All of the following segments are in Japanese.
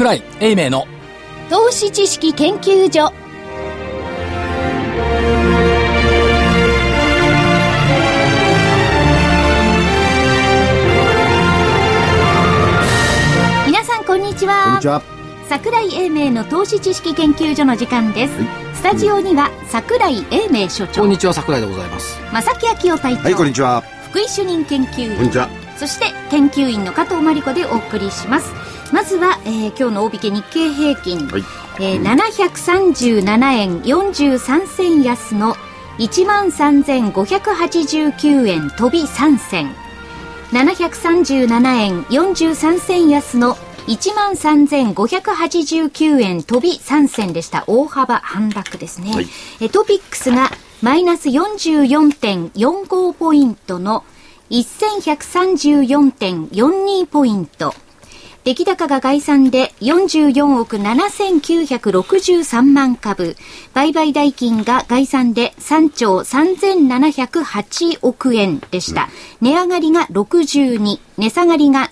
櫻井英明の投資知識研究所。皆さんこんにちは。 こんにちは。 櫻井英明の投資知識研究所の時間です、はい、スタジオには櫻井英明所長、 こんにちは、櫻井でございます。 正木昭夫隊長、 はい、こんにちは。 福井主任研究員、 こんにちは。 そして研究員の加藤真理子でお送りします。まずは、今日の大引け日経平均、はい、737円43銭安の 13,589 円飛び3銭、737円43銭安の 13,589 円飛び3銭でした。大幅反落ですね、はい、トピックスがマイナス 44.45 ポイントの 1134.42 ポイント、出来高が概算で44億7963万株、売買代金が概算で3兆3708億円でした、値上がりが62、値下がりが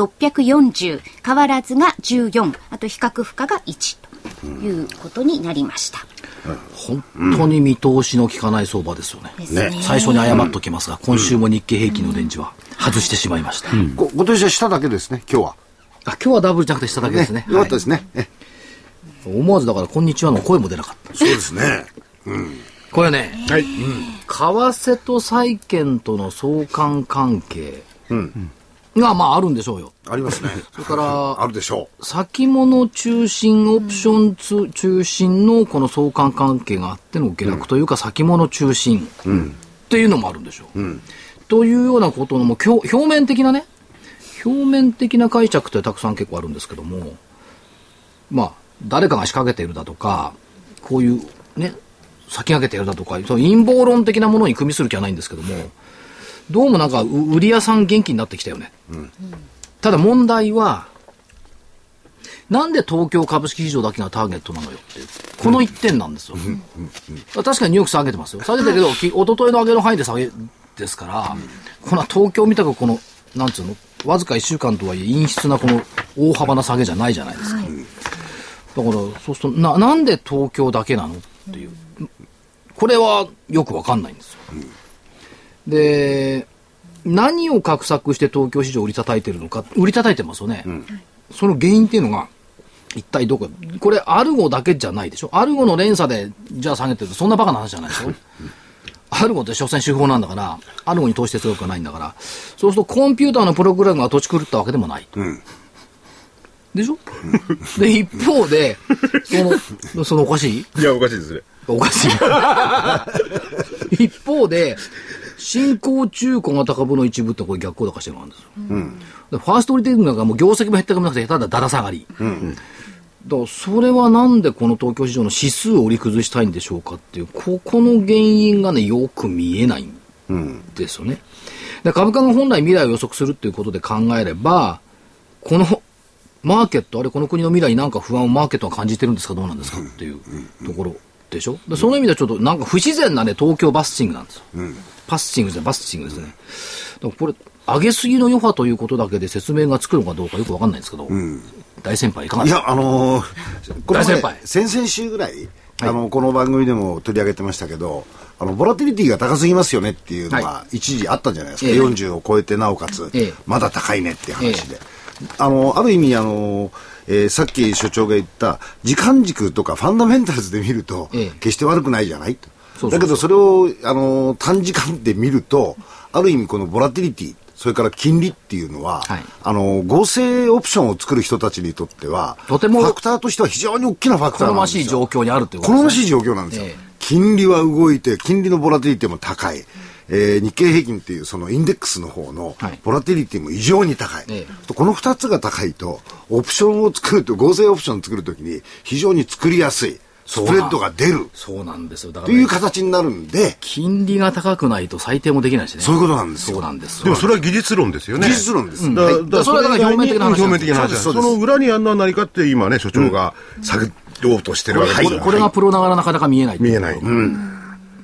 1640、変わらずが14、あと比較不可が1ということになりました。 本当に見通しの効かない相場ですよね、最初に謝っときますが、今週も日経平均のレンジは外してしまいました、 今年は下だけですね。今日はダブルじゃなくて下だけですね。 よかったですね、 思わずだからこんにちはの声も出なかった。 そうですね、 これね、はい、為替と債券との相関関係がまああるんでしょうよ。 ありますね。 それからあるでしょう。 先物中心、オプション中心のこの相関関係があっての下落というか、先物中心っていうのもあるんでしょう、というようなことのも表面的な解釈ってたくさん結構あるんですけども、まあ誰かが仕掛けているだとか、こういうね先駆けているだとか、その陰謀論的なものに組みする気はないんですけども、どうもなんか売り屋さん元気になってきたよね、ただ問題はなんで東京株式市場だけがターゲットなのよっていうこの一点なんですよ、確かにニューヨーク下げてますよ。下げたけど、一昨日の上げの範囲で下げですから、この東京みたくこのなんつうのわずか1週間とはいえ陰湿なこの大幅な下げじゃないじゃないですか、だからそうするとなんで東京だけなのっていう、これはよくわかんないんですよ、で何を画策して東京市場を売り叩いてるのか、売り叩いてますよね、その原因っていうのが一体どこ、これアルゴだけじゃないでしょ。アルゴの連鎖でじゃあ下げてるとそんなバカな話じゃないでしょアルゴって所詮手法なんだから、アルゴに投資哲学がないんだから、そうするとコンピューターのプログラムが土地狂ったわけでもない、でしょ、で一方でそのおかしい、 いやおかしいですね、 おかしい一方で新興中古型株の一部ってこれ逆行高してるんですよ、でファーストリテイリングなんかもう業績も減ったくなくてただだら下がり、だからそれはなんでこの東京市場の指数を売り崩したいんでしょうかっていう、ここの原因がねよく見えないんですよね、で株価が本来未来を予測するっていうことで考えれば、このマーケット、あれこの国の未来に何か不安をマーケットは感じてるんですか、どうなんですかっていうところでしょ。でその意味ではちょっとなんか不自然なね東京バスチングなんですよ、バスチングですね。だからこれ上げすぎの余波ということだけで説明がつくのかどうかよく分かんないんですけど、大先輩いかがですか。 いやこれ、先々週ぐらいこの番組でも取り上げてましたけど、ボラティリティが高すぎますよねっていうのが一時あったじゃないですか、40を超えてなおかつ、まだ高いねっていう話で、ある意味さっき所長が言った時間軸とかファンダメンタルズで見ると、決して悪くないじゃないと。だけどそれを短時間で見ると、ある意味このボラティリティ、それから金利っていうのは、合成オプションを作る人たちにとってはとてもファクターとしては非常に大きなファクターなんですよ。 好ましい状況にあるということですね。 好ましい状況なんですよ、金利は動いて、金利のボラティリティも高い、日経平均っていうそのインデックスの方のボラティリティも異常に高い、この2つが高いとオプションを作ると、合成オプションを作るときに非常に作りやすい、スプレッドが出る、 そうなんですよ。だから、という形になるんで、 金利が高くないと最低もできないしね。 そういうことなんですよ。 そうなんです。 でもそれは技術論ですよね。 技術論です。 それはだから表面的な話。表面的な話。その裏にあんのは何かって今ね、所長が探ろうとしてるわけです。 これがプロながらなかなか見えない。 見えない。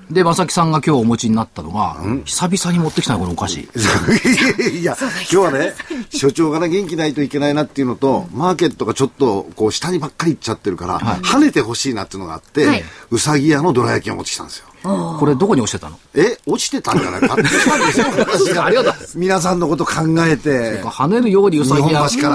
で、正木さんが今日お持ちになったのが、久々に持ってきたのこのお菓子。 いや、今日はね、所長がね、元気ないといけないなっていうのと、マーケットがちょっと、こう、下にばっかり行っちゃってるから、跳ねてほしいなっていうのがあって、うさぎ屋のどら焼きを持ってきたんですよ。 これどこに落ちてたの？ 落ちてたんじゃないかってしたんですよ。 ありがとうございます。 皆さんのこと考えて。 跳ねるようにうさぎ屋。 日本橋から。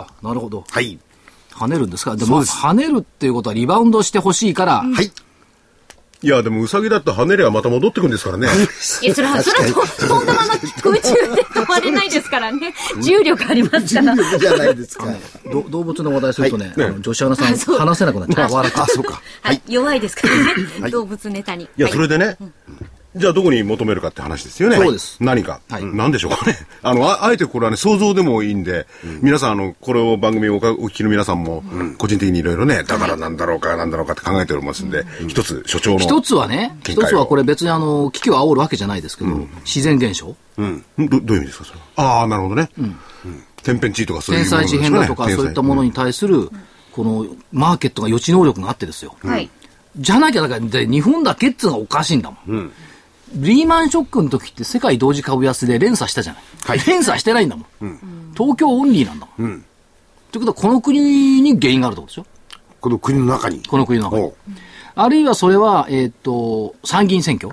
なるほど。 はい。 跳ねるんですか？でも、跳ねるっていうことはリバウンドしてほしいから。 はい。 いや、でもウサギだって跳ねればまた戻ってくるんですからね。 いや、それは飛んだまま空中で止まれないですからね。重力ありますから。 重力じゃないですか。 動物の話題するとね、女子アナさん話せなくなっちゃう。 あ、そうか。 はい。弱いですからね。動物ネタに。 いや、それでね、じゃあどこに求めるかって話ですよね。 そうです。 何か。何でしょうかね。あえてこれはね、想像でもいいんで、皆さん、これを番組をお聞きの皆さんも、個人的にいろいろね、だからなんだろうかって考えておりますんで、一つ、所長の。 一つはね、一つはこれ別に危機を煽るわけじゃないですけど、自然現象。 どういう意味ですか、それは。ああ、なるほどね。天変地異とかそういう天災地変だとか、そういったものに対する、この、マーケットが予知能力があってですよ。じゃなきゃ、だから日本だけっていうのがおかしいんだもん。リーマンショックの時って世界同時株安で連鎖したじゃない。連鎖してないんだもん。東京オンリーなんだもん。ということはこの国に原因があるってことでしょ。 この国の中に。 この国の中に。あるいはそれは、参議院選挙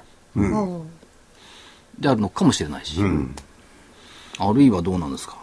であるのかもしれないし。あるいはどうなんですか。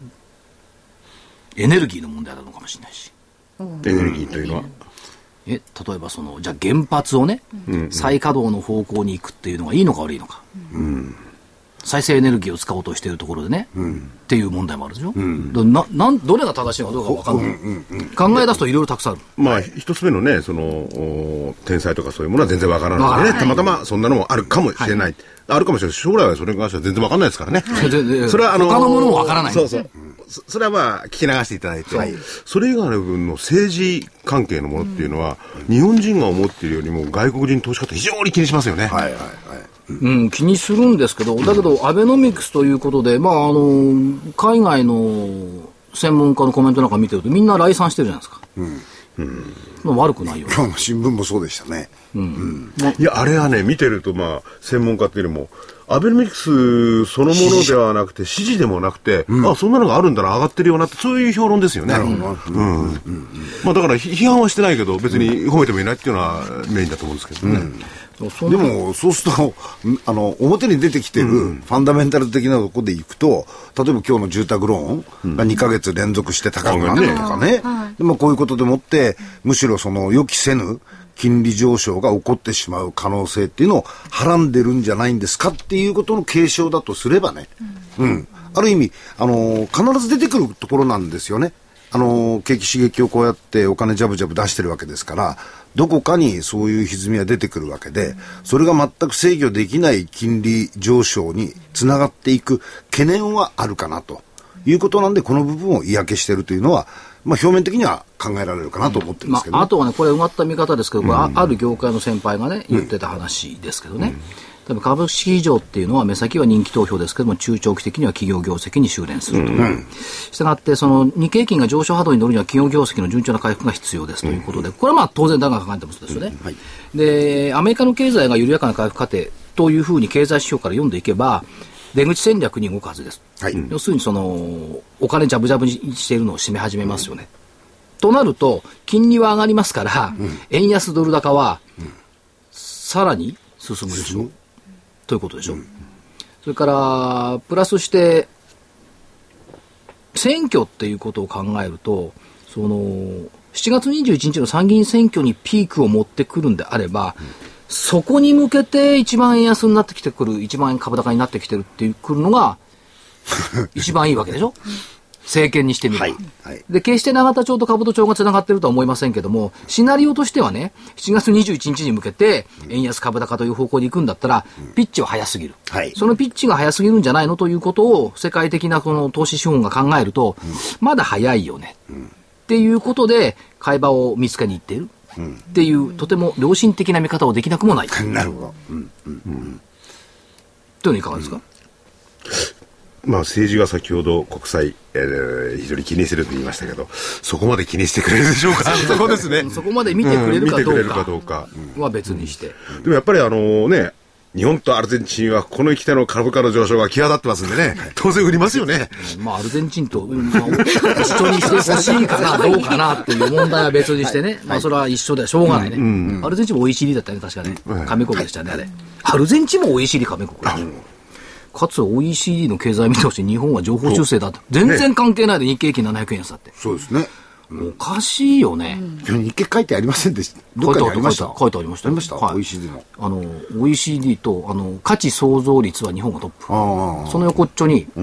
エネルギーの問題なのかもしれないし。 エネルギーというのは例えばじゃあ原発をね、再稼働の方向に行くっていうのがいいのか悪いのか、再生エネルギーを使おうとしているところでね、っていう問題もあるでしょ、どれが正しいのかどうか分かんない、考え出すといろいろたくさんある。 まあ一つ目のね天災とかそういうものは全然分からないね、たまたまそんなのもあるかもしれない、あるかもしれない、将来はそれに関しては全然分かんないですからね、 それは他のものも分からない。 それはまあ聞き流していただいて、それ以外の部分の政治関係のものっていうのは、日本人が思っているよりも外国人投資家って非常に気にしますよね。 気にするんですけど、だけどアベノミクスということで、海外の専門家のコメントなんか見てるとみんな来賛してるじゃないですか。悪くないよ。 今日の新聞もそうでしたね。 いや、あれはね、見てると専門家っていうよりもアベノミクスそのものではなくて支持でもなくて、そんなのがあるんだな、上がってるよなって、そういう評論ですよね。だから批判はしてないけど別に褒めてもいないっていうのはメインだと思うんですけどね。 でもそうすると表に出てきてるファンダメンタル的なところでいくと、例えば今日の住宅ローンが2ヶ月連続して高くなるとかね、でこういうことでもってむしろ予期せぬ金利上昇が起こってしまう可能性っていうのをはらんでるんじゃないんですかっていうことの警鐘だとすればね、ある意味必ず出てくるところなんですよね。景気刺激をこうやってお金ジャブジャブ出してるわけですから、どこかにそういう歪みは出てくるわけで、それが全く制御できない金利上昇につながっていく懸念はあるかなということなんで、この部分を嫌気しているというのは、表面的には考えられるかなと思ってるんですけど、 あとはね、これ埋まった見方ですけど、これある業界の先輩がね言ってた話ですけどね、多分株式市場っていうのは目先は人気投票ですけども、中長期的には企業業績に修練すると。したがって日経平均が上昇波動に乗るには企業業績の順調な回復が必要ですということで、これは当然誰が考えてもそうですよね。で、アメリカの経済が緩やかな回復過程というふうに経済指標から読んでいけば出口戦略に動くはずです。要するにお金ジャブジャブにしているのを締め始めますよね。となると金利は上がりますから、円安ドル高はさらに進むでしょう。ということでしょ。それからプラスして選挙っていうことを考えると、7月21日の参議院選挙にピークを持ってくるんであれば、そこに向けて1万円安になってきてくる、1万円株高になってきてるってくるのが一番いいわけでしょ。政権にしてみれば、で決して永田町と兜町がつながっているとは思いませんけども、シナリオとしてはね、7月21日に向けて円安株高という方向に行くんだったら、ピッチは早すぎる、そのピッチが早すぎるんじゃないのということを世界的なこの投資資本が考えると、まだ早いよね、っていうことで買い場を見つけに行っている、っていうとても良心的な見方をできなくもない。 なるほど。 というのはいかがですか。 政治が先ほど国際、非常に気にすると言いましたけど、そこまで気にしてくれるでしょうか。そこですね。 そこまで見てくれるかどうかは別にして。 でもやっぱり日本とアルゼンチンはこの北の株価の上昇が際立ってますんでね、当然売りますよね。 アルゼンチンと、一緒にしてほしいかな、どうかなっていう問題は別にしてね、それは一緒でしょうがないね。アルゼンチンも OECD だったよね、確かね。加盟国でしたね、あれ。アルゼンチンも OECD 加盟国だ。かつ OECD の経済見通し、日本は情報修正だと。全然関係ないで日経平均700円安だって。 そうですね。 おかしいよね。 日経書いてありませんでした。どっかにありました。 書いてありました。 ありました。OECD の。 OECD と価値創造率は日本がトップ。その横っちょに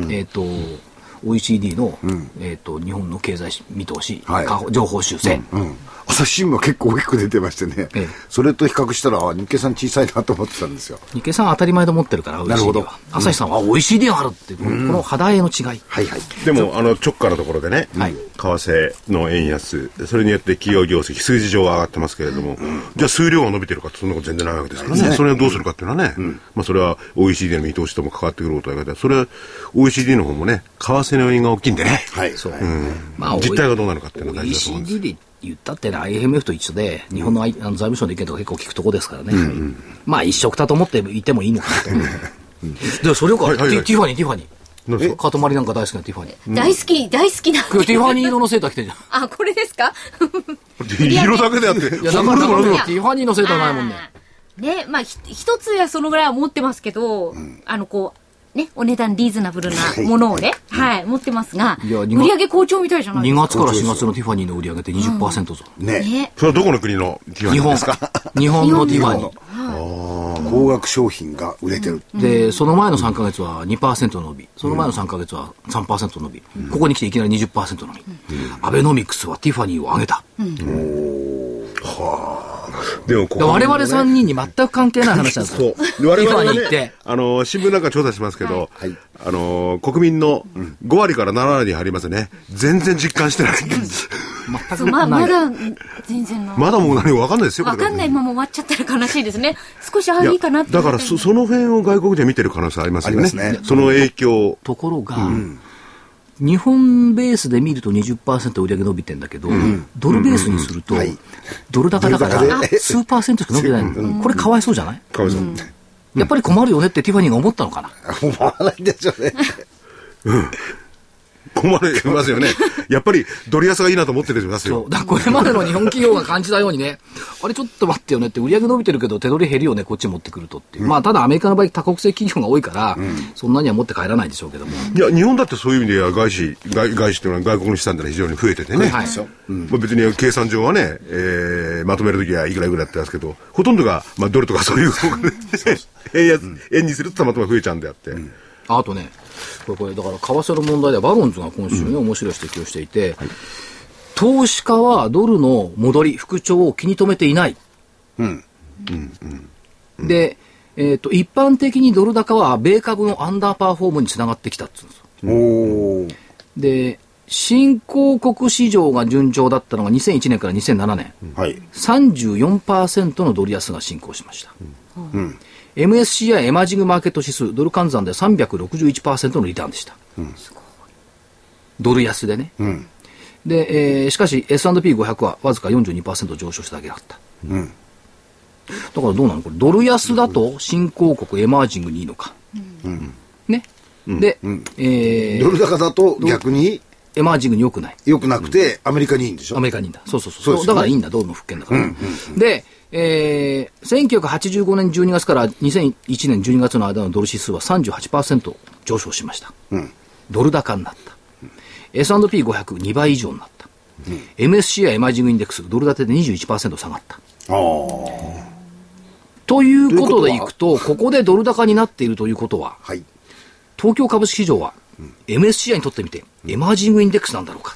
OECD の日本の経済見通し、情報修正。 朝日新聞は結構大きく出てましてね、それと比較したら日経さん小さいなと思ってたんですよ。 日経さんは当たり前と思ってるから OECD は。朝日さんは OECD があるってこの肌絵の違い。 でも直下のところでね、為替の円安、それによって企業業績数字上は上がってますけれども、じゃあ数量が伸びてるかってそんなこと全然ないわけですからね。それをどうするかっていうのはね、それは OECD の見通しとも関わってくることだけど、それは OECD の方もね、為替の要因が大きいんでね、実態がどうなるかっていうのは大事だと思うんです。 OECD で言ったって、ね、IMF と一緒で日本の財務省の意見とか結構聞くとこですからね、一緒くたと思っていてもいいのかなとでそれをティファニーカトマリなんか大好きなティファニー、 大好きなティファニー色のセーター着てるじゃん。 これですか色だけであって。 いやだからティファニーのセーターないもんね。 ね、一つやそのぐらいは持ってますけど、お値段リーズナブルなものをね、持ってますが、売上好調みたいじゃないですか。 2月から4月のティファニーの売上って 20% 増。 ね。 それはどこの国のティファニーですか？ 日本のティファニー。 高額商品が売れてる。 で、その前の3ヶ月は 2% 伸び、その前の3ヶ月は 3% 伸び、ここに来ていきなり 20% 伸び。アベノミクスはティファニーを上げた。 でも我々3人に全く関係ない話なんですよ。 我々はね、新聞なんか調査しますけど、国民の5割から7割に入りますね。全然実感してない。 全くまだ全然まだもう何か分かんないですよ。 分かんないまま終わっちゃったら悲しいですね。少しいいかなって。 だからその辺を外国で見てる可能性ありますよね。その影響。 ところが、日本ベースで見ると 20% 売り上げ伸びてんだけど、ドルベースにすると、ドル高だから数%しか伸びてないの。これかわいそうじゃない？ かわいそう。 やっぱり困るよねってティファニーが思ったのかな。 思わないでしょうね。 困りますよね。やっぱりドル安がいいなと思ってるんですよ。 だからこれまでの日本企業が感じたようにね、あれちょっと待ってよねって、売り上げ伸びてるけど手取り減るよね、こっち持ってくるとっていう。ただアメリカの場合多国籍企業が多いから、そんなには持って帰らないでしょうけども。 いや、日本だってそういう意味では外資っていうのは外国の資産ってのは非常に増えててね。別に計算上はね、まとめるときはいくらいくらやってますけど、ほとんどが、ドルとかそういう円にするとたまたま増えちゃうんであって。 あとね、これだから為替の問題ではバロンズが今週ね、面白い指摘をしていて、投資家はドルの戻り復調を気に留めていない、で、一般的にドル高は米株のアンダーパフォームにつながってきたって言うんですよ。で、新興国市場が順調だったのが2001年から2007年、34% のドル安が進行しました。MSCI エマージングマーケット指数ドル換算で 361% のリターンでした、ドル安でね、で、しかし S&P500 はわずか 42% 上昇しただけだった、だからどうなのこれ、ドル安だと新興国エマージングにいいのか、ね、で、 ドル高だと逆にエマージングに良くない、 良くなくてアメリカにいいんでしょ。 アメリカにいいんだ、そうだからいいんだ、ドルの復権だから、で1985年12月から2001年12月の間のドル指数は 38% 上昇しました、ドル高になった、S&P500 2倍以上になった、MSCI エマージングインデックスドル建てで 21% 下がった。ということでいくと、ここでドル高になっているということは、東京株式市場は MSCI にとってみてエマージングインデックスなんだろうか、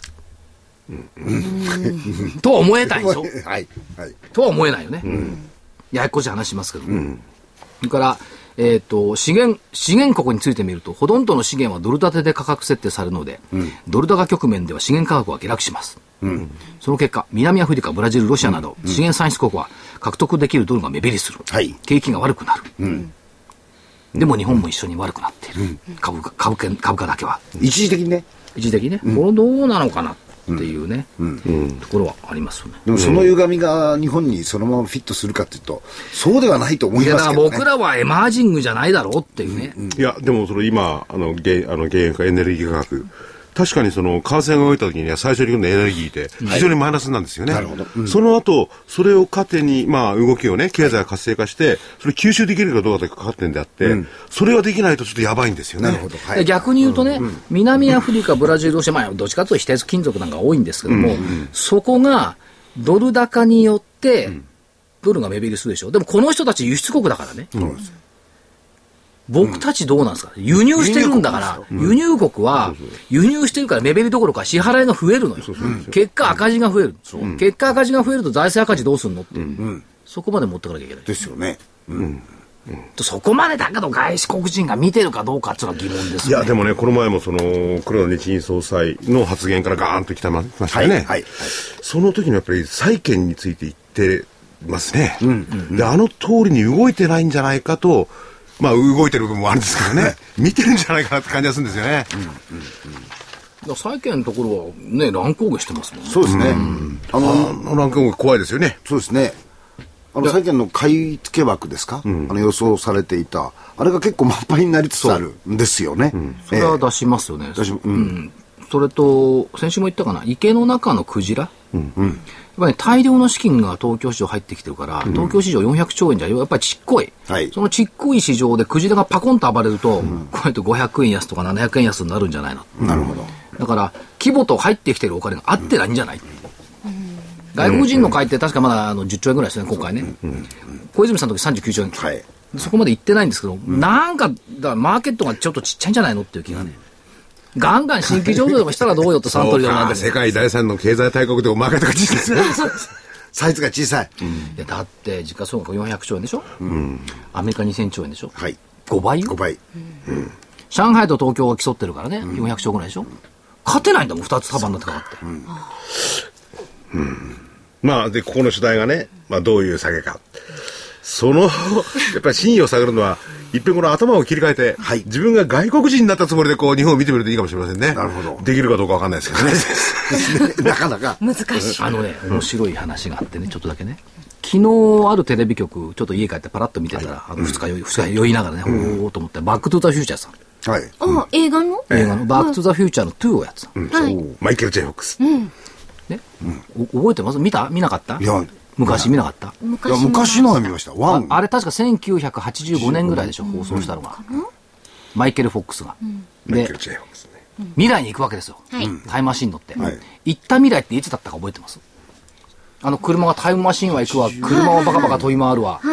とは思えないでしょ、とは思えないよね、ややこしい話しますけど、それから資源国についてみると、ほとんどの資源はドル建てで価格設定されるので、ドル高局面では資源価格は下落します、その結果南アフリカ、ブラジル、ロシアなど、資源産出国は獲得できるドルが目減りする、景気が悪くなる、 でも日本も一緒に悪くなっている。株価だけは。 一時的にね。 一時的にね。これどうなのかなっていうね、ところはありますよね。 でもその歪みが日本にそのままフィットするかっていうと、そうではないと思いますけどね。 いや、だから僕らはエマージングじゃないだろうっていうね。 いや、でもそれ今、原油価エネルギー価格。確かにその、為替が動いた時には最初に来るエネルギーで非常にマイナスなんですよね。なるほど。その後、それを糧に、動きをね、経済が活性化して、それ吸収できるかどうかとかかってんであって、それができないとちょっとやばいんですよね。なるほど。 はい、逆に言うとね、南アフリカ、ブラジル、ロシア、どっちかというと非鉄金属なんか多いんですけども、そこがドル高によって、ドルが目減りするでしょ。でもこの人たち輸出国だからね。僕たちどうなんですか、輸入してるんだから、輸入国は、輸入してるから目減りどころか支払いが増えるのよ。結果赤字が増える。結果赤字が増えると財政赤字どうするのって。そこまで持ってかなきゃいけない。 ですよね。 そこまでだけど外資国人が見てるかどうかっていうのは疑問ですよね。 いや、でもね、この前もその、黒田日銀総裁の発言からガーンと来てましたよね。その時のやっぱり債券について言ってますね。で、あの通りに動いてないんじゃないかと、動いてる部分もあるんですけどね、見てるんじゃないかなって感じがするんですよね。 債券のところはね、乱高下してますもんね。 そうですね。 乱高下怖いですよね。 そうですね。債券の買い付け枠ですか、予想されていた。あれが結構満杯になりつつあるんですよね。 それは出しますよね。それと、先週も言ったかな、池の中のクジラ。やっぱり、大量の資金が東京市場入ってきてるから、東京市場400兆円じゃやっぱりちっこい、そのちっこい市場でクジラがパコンと暴れると、こうやって500円安とか700円安になるんじゃないの。 なるほど。 だから規模と入ってきてるお金が合ってないんじゃない、外国人の買いって確かまだ10兆円ぐらいですね、今回ね。小泉さんの時39兆円、そこまで行ってないんですけど、なんかマーケットがちょっとちっちゃいんじゃないのっていう気がね。ガンガン新規上場とかしたらどうよとサントリーなんて、 世界第3の経済大国でもマーケットが小さいサイズが小さい。 だって時価総額400兆円でしょ、アメリカ2000兆円でしょ、 5倍よ。5倍。 上海と東京が競ってるからね、400兆ぐらいでしょ。勝てないんだもん、2つ束になってかかって。でここの主題がね、どういう下げか、そのやっぱり真意を探るのは一遍この頭を切り替えて、自分が外国人になったつもりでこう日本を見てみるといいかもしれませんね。 なるほど。 できるかどうかわかんないですけどね。 なかなか難しい。 面白い話があってね、ちょっとだけね。昨日あるテレビ局ちょっと家帰ってパラッと見てたら、2日酔いながらね、おおと思ってバックトゥザフューチャーさん。 映画のバックトゥザフューチャーの2をやってた。 マイケル・ジェイ・フォックス。 覚えてます？見なかった？ いや、 昔見なかった？ 昔のは見ました。 あれ確か1985年ぐらいでしょ、放送したのが。マイケル・フォックスが。 マイケル・ジェイ・フォックスね。 未来に行くわけですよ。タイムマシン乗って。行った未来っていつだったか覚えてます？車がタイムマシンは行くわ、車はバカバカ飛び回るわ。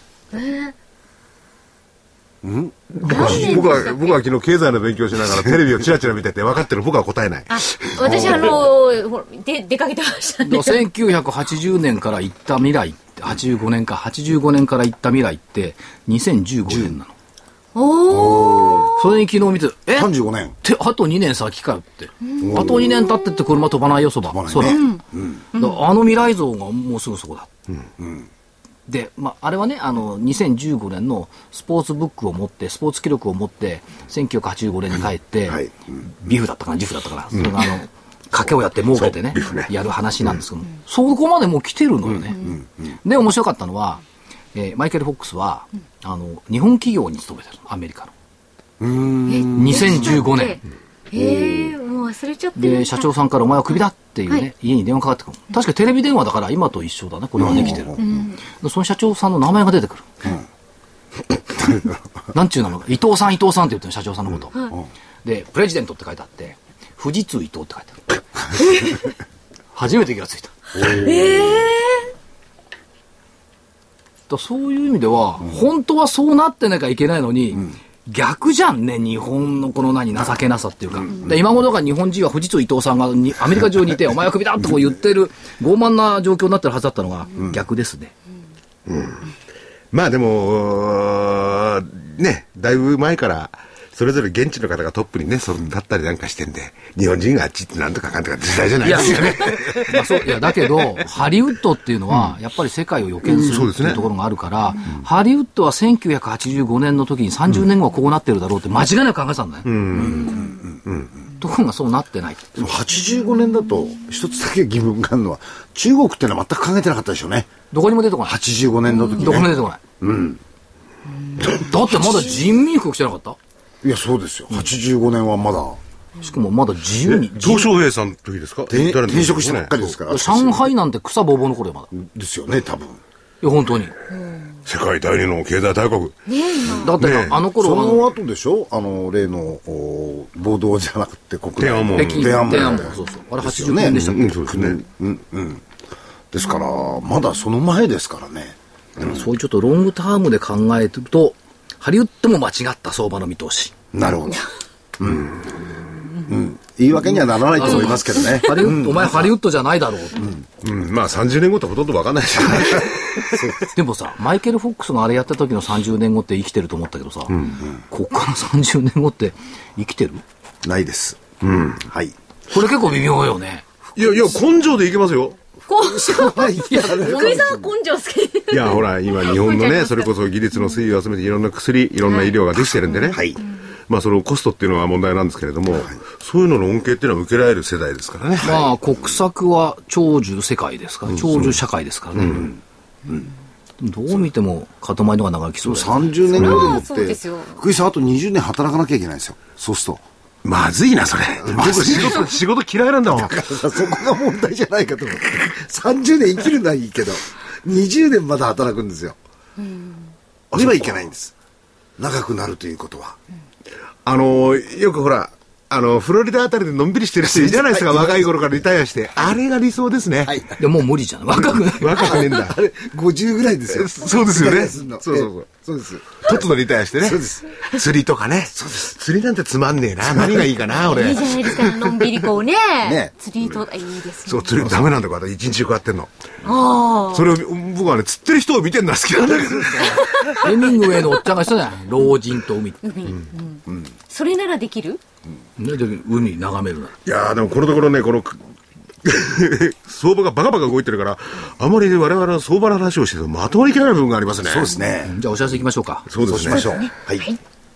僕は昨日経済の勉強しながらテレビをチラチラ見てて分かってる。僕は答えない。 私出かけてましたね。 1980年から行った未来って85年から行った未来って2015年なの。それに昨日見て 35年ってあと2年先かよって。あと2年経ってって車飛ばないよ、空。あの未来像がもうすぐそこだ。で、あれはね、2015年のスポーツブックを持って、スポーツ記録を持って、1985年に帰って、ビフだったかな、ジフだったかな、それが賭けをやって儲けてね、やる話なんですけども、そこまでもう来てるのよね。で、面白かったのは、マイケル・フォックスは、日本企業に勤めてるの、アメリカの。2015年。 もう忘れちゃってる。 で、社長さんからお前はクビだっていうね、家に電話かかってくる。確かテレビ電話だから今と一緒だね、これはできてる。その社長さんの名前が出てくる。なんちゅう名前か、伊藤さんって言ってる社長さんのこと。で、プレジデントって書いてあって、富士通伊藤って書いてある。初めて気がついた。そういう意味では、本当はそうなってなきゃいけないのに、逆じゃんね、日本のこの情けなさっていうか。で今頃から日本人は富士通伊藤さんがアメリカ中にいて、お前はクビだってこう言ってる、傲慢な状況になってるはずだったのが、逆ですね。 でも、ね、だいぶ前から、 それぞれ現地の方がトップにね、それ立ったりなんかしてんで、日本人があっちってなんとかかんとかって時代じゃないですよね。 まあそう、いや、だけど、ハリウッドっていうのは、やっぱり世界を予見するっていうところがあるから、ハリウッドは1985年の時に30年後はこうなってるだろうって間違いなく考えてたんだよ。ところがそうなってない。 でも85年だと、一つだけ疑問があるのは、中国ってのは全く考えてなかったでしょうね。 どこにも出てこない。 85年の時ね。 どこにも出てこない。だってまだ人民服着てなかった？ いや、そうですよ。85年はまだ。 しかもまだ自由に。 鄧小平さんの時ですか？ 転職したばっかりですから。 上海なんて草ぼうぼうの頃よ、まだ。 ですよね、多分。いや、本当に。 世界第二の経済大国。 だってあの頃その後でしょ、例の暴動じゃなくて国内天安門。 天安門。そうそう。あれ85年でしたっけ？ そうですね。 ですから、まだその前ですからね。 でもそういうちょっとロングタームで考えると、ハリウッドも間違った相場の見通し。 なるほど。言い訳にはならないと思いますけどね。 お前ハリウッドじゃないだろう。 まあ30年後ってほとんど分かんないですよね。 でもさ、マイケル・フォックスがあれやった時の30年後って生きてると思ったけどさ、こっから30年後って生きてる？ ないです。はい。 これ結構微妙よね。 いや、根性でいけますよ。 根性はいや、福井さんは根性好き。 いや、ほら、今日本のね、それこそ技術の推移を集めていろんな薬、いろんな医療ができてるんでね。 はい。 まあそのコストっていうのは問題なんですけれども、そういうのの恩恵っていうのは受けられる世代ですからね。 まあ国策は長寿世界ですから、長寿社会ですからね。どう見ても塊のが長きそうだよね。 30年後でもって、福井さんあと20年働かなきゃいけないんですよ。そうすると。 まずいな、それ。僕仕事嫌いなんだもん。 だからさ、そこが問題じゃないかと思って。30年生きるのはいいけど、20年まだ働くんですよ。ではいけないんです。長くなるということは。 よくほら、フロリダあたりでのんびりしてる人いるじゃないですか、若い頃からリタイアして。あれが理想ですね。 はい。 でももう無理じゃん。若くねあねえんだ。 れ、50ぐらいですよ。 そうですよね。 そうです。 とっとのリタイアしてね。 そうです。 釣りとかね。そうです。釣りなんてつまんねえな。何がいいかな、俺。 いいじゃないですか、のんびりこうね。 ね。 釣りと、いいですね。 そう、釣りダメなんだから、一日中こうやってんの。 ああ。 それを、僕はね、釣ってる人を見てるのは好きなんだけど。 ヘミングウェイのおっちゃんがしたじゃん。老人と海。 それならできる？ 海眺めるな。 いやーでもこのところね、この相場がバカバカ動いてるから、あまり我々の相場の話をしてるとまとまりきれない部分がありますね。 そうですね。 じゃあお知らせいきましょうか。 そうですね。 そうしましょう。はい。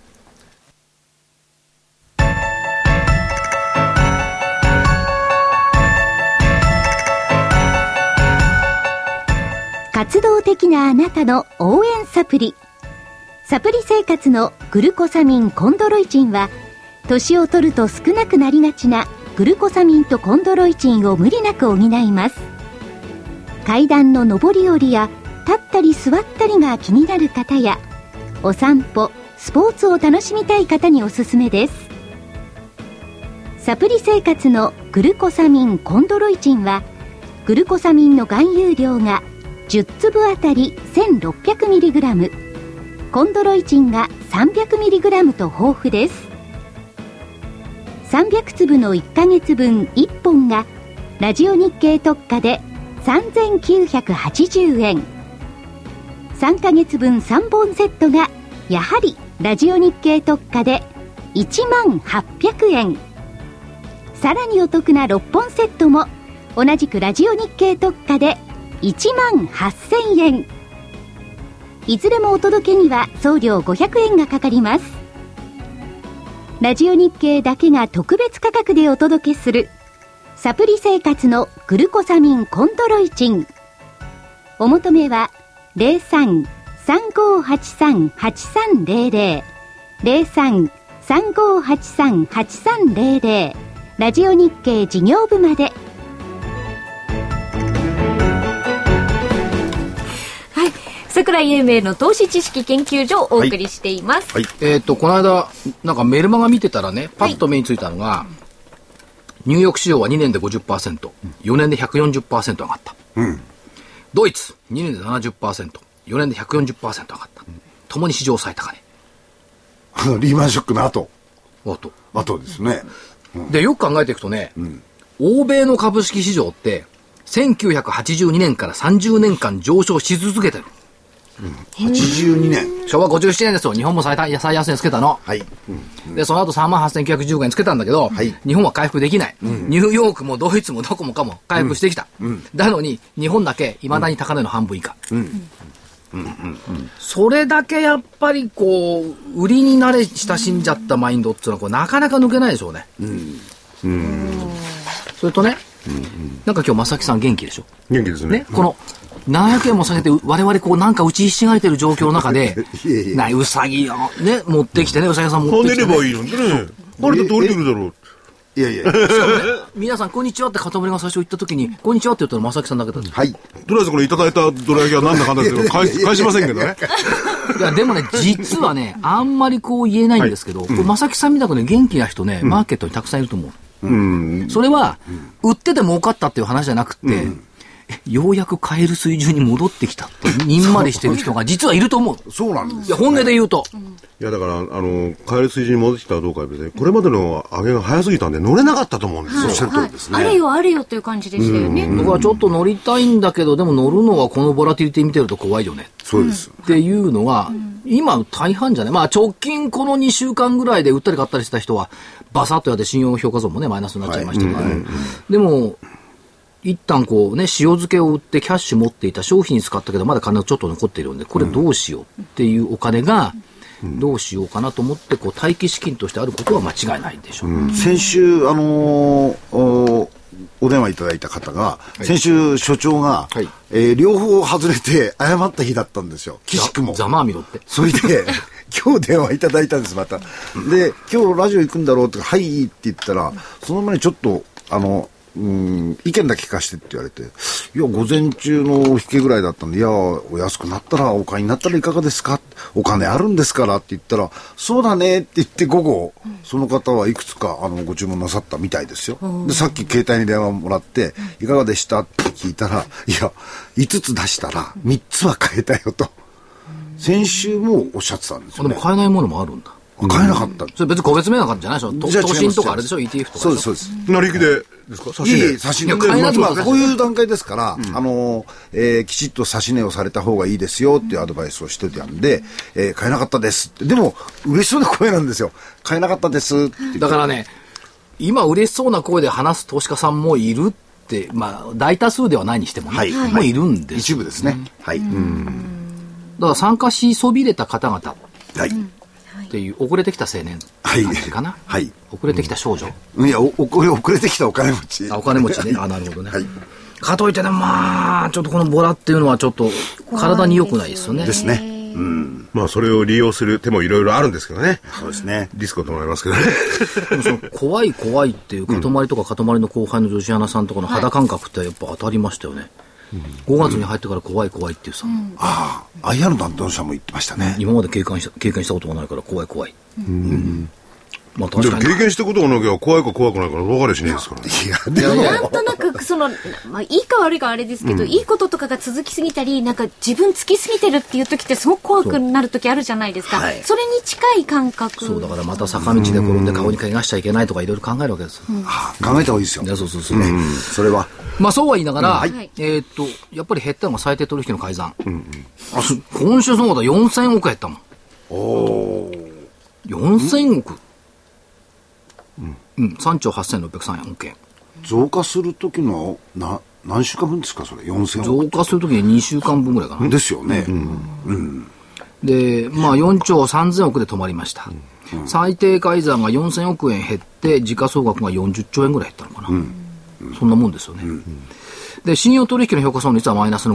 活動的なあなたの応援サプリ。サプリ生活のグルコサミンコンドロイチンは、年を取ると少なくなりがちなグルコサミンとコンドロイチンを無理なく補います。階段の上り下りや立ったり座ったりが気になる方や、お散歩、スポーツを楽しみたい方におすすめです。サプリ生活のグルコサミンコンドロイチンは、グルコサミンの含有量が10粒あたり 1600mg、 コンドロイチンが 300mg と豊富です。300粒の1ヶ月分1本がラジオ日経特価で3980円、3ヶ月分3本セットがやはりラジオ日経特価で10800円、さらにお得な6本セットも同じくラジオ日経特価で18000円。いずれもお届けには送料500円がかかります。ラジオ日経だけが特別価格でお届けするサプリ生活のグルコサミンコンドロイチン。お求めは 03-3583-8300 03-3583-8300 ラジオ日経事業部まで。櫻井英明の投資知識研究所をお送りしています。 はい。この間、なんかメルマガ見てたらね、パッと目についたのが、ニューヨーク市場は2年で 50%、4年で 140% 上がった。ドイツ、2年で 70%、4年で 140% 上がった。ともに史上最高値。 リーマンショックの後ですね。 で、よく考えていくとね、欧米の株式市場って、1982年から30年間上昇し続けてる。 82年。 昭和57年ですよ。日本も最安値つけたの。 はい。 で、その後38,915円つけたんだけど、はい、日本は回復できない。ニューヨークもドイツもどこもかも回復してきた。なのに、日本だけ未だに高値の半分以下。それだけやっぱりこう、売りに慣れ親しんじゃったマインドっていうのはこうなかなか抜けないでしょうね。それとね、なんか今日正木さん元気でしょ。 元気ですね。 この700円も下げて我々こうなんか打ちひしがれてる状況の中でうさぎをね持ってきてね、うさぎさん持ってきて、ね、 跳ねればいいのにね。あれだって降りてくるだろう。 いやいや、 ね、皆さんこんにちはって塊が最初言った時にこんにちはって言ったら正木さんだけだった。 はい。 とりあえずこれいただいたどら焼きは何だかんだですけど返しませんけどね。 いやでもね実はねあんまりこう言えないんですけど、正木さんみたくね元気な人ね、マーケットにたくさんいると思う。それは、売ってて儲かったっていう話じゃなくて、ようやく買える水準に戻ってきたってにんまりしてる人が実はいると思う。 そうなんです、 いや本音で言うと、 いやだから買える水準に戻ってきたかどうかは別にこれまでの上げが早すぎたんで乗れなかったと思うんですよ。おっしゃる通りですね。 あれよあれよという感じでしたよね。 僕はちょっと乗りたいんだけど、でも乗るのはこのボラティリティ見てると怖いよね。 そうです。 っていうのが、今大半じゃない。まあ直近この2週間ぐらいで売ったり買ったりした人はバサッとやって信用評価損もねマイナスになっちゃいましたけど、でも一旦こうね塩漬けを売ってキャッシュ持っていた商品に使ったけどまだ金がちょっと残っているんでこれどうしようっていうお金がどうしようかなと思ってこう待機資金としてあることは間違いないでしょう。 先週お電話いただいた方が、先週所長が、両方外れて謝った日だったんですよ。岸くも。 ざまあみろって。 それで、今日電話いただいたんです、また。で、今日ラジオ行くんだろうって、はいって言ったら、その前にちょっと、意見だけ聞かせてって言われて、いや、午前中の引けぐらいだったんで、いや、お安くなったら、お買いになったらいかがですか、お金あるんですからって言ったら、そうだねって言って午後、その方はいくつかご注文なさったみたいですよ。で、さっき携帯に電話もらって、いかがでしたって聞いたら、いや、5つ出したら3つは買えたよと。先週もおっしゃってたんですよね。 でも買えないものもあるんだ。 買えなかった。 それ別に個別銘柄じゃないでしょ。投信とかあれでしょ ETF とか。 そうですそうです。 成り行きでですか。 差し値で。こういう段階ですから、きちっと差し値をされた方がいいですよっていうアドバイスをしてたんで、買えなかったですって。でも嬉しそうな声なんですよ。買えなかったですって。 だからね、今嬉しそうな声で話す投資家さんもいるって、まあ大多数ではないにしてもね、もういるんです。 一部ですね。はい。 だから参加しそびれた方々。はい。っていう遅れてきた青年感じかな、 はい、 遅れてきた少女、 いや遅れてきたお金持ち、 お金持ちねなるほどね、はい、かといってねまあちょっとこのボラっていうのはちょっと体に良くないですよね。 ですね。 まあそれを利用する手もいろいろあるんですけどね。 そうですね。 リスクは伴いますけどね。 でもその怖いっていう塊とか塊の後輩の女子アナさんとかの肌感覚ってやっぱ当たりましたよね。5月に入ってから怖いっていうさ、 ああ IR の担当者も言ってましたね。 今まで経験したことがないから怖い。 まあ確かに経験したことがなきゃ怖いか怖くないから分かりゃしねえですからね。 いやなんとなくまあいいか悪いかあれですけど、いいこととかが続きすぎたりなんか自分つきすぎてるっていう時ってすごく怖くなる時あるじゃないですか。それに近い感覚。 そうだからまた坂道で転んで顔に怪我しちゃいけないとかいろいろ考えるわけです。 考えた方がいいですよ。 そうそれはまあそうは言いながら、やっぱり減ったのが最低取引の改ざん。今週そうだ4000億減ったもん。4000億。3兆8603円 OK。 増加する時の何週間分ですかそれ4000 億。増加する時に2週間分ぐらいかな。 ですよね。 でまあ4兆3000億で止まりました。最低改ざんが4000億円減って時価総額が40兆円ぐらい減ったのかな。そんなもんですよね。で信用取引の評価損率はマイナスの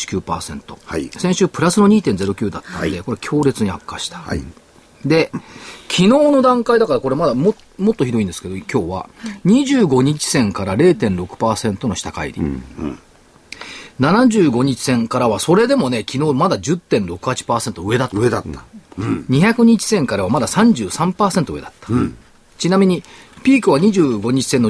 5.19%、先週プラスの 2.09 だったので、これ強烈に悪化した、で昨日の段階だからこれまだもっとひどいんですけど今日は25日線から 0.6% の下返り、75日線からはそれでもね昨日まだ 10.68% 上だった、200日線からはまだ 33% 上だった、ちなみにピークは25日線の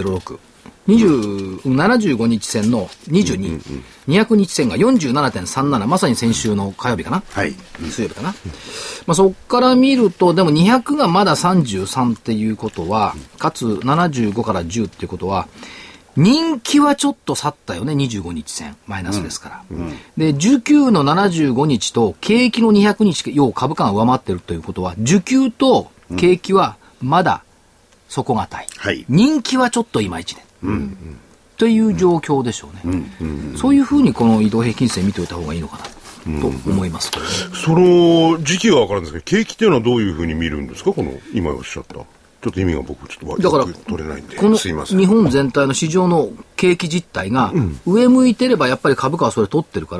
10.06、75日線の22、200日線が 47.37、まさに先週の火曜日かな、水曜日かな、まあ、そこから見るとでも200がまだ33っていうことはかつ75から10っていうことは人気はちょっと去ったよね、25日線、マイナスですから。で、19の75日と景気の200日、要株価が上回ってるということは、需給と景気はまだ底堅い。 はい、 人気はちょっといまいちね。という状況でしょうね。そういうふうにこの移動平均線見ておいた方がいいのかなと思いますけどね。 その時期は分かるんですけど、景気っていうのはどういうふうに見るんですか、この今おっしゃった。ちょっと意味が僕ちょっとだから取れないんで、 このすいません。 日本全体の市場の景気実態が、上向いてればやっぱり株価はそれ取ってるから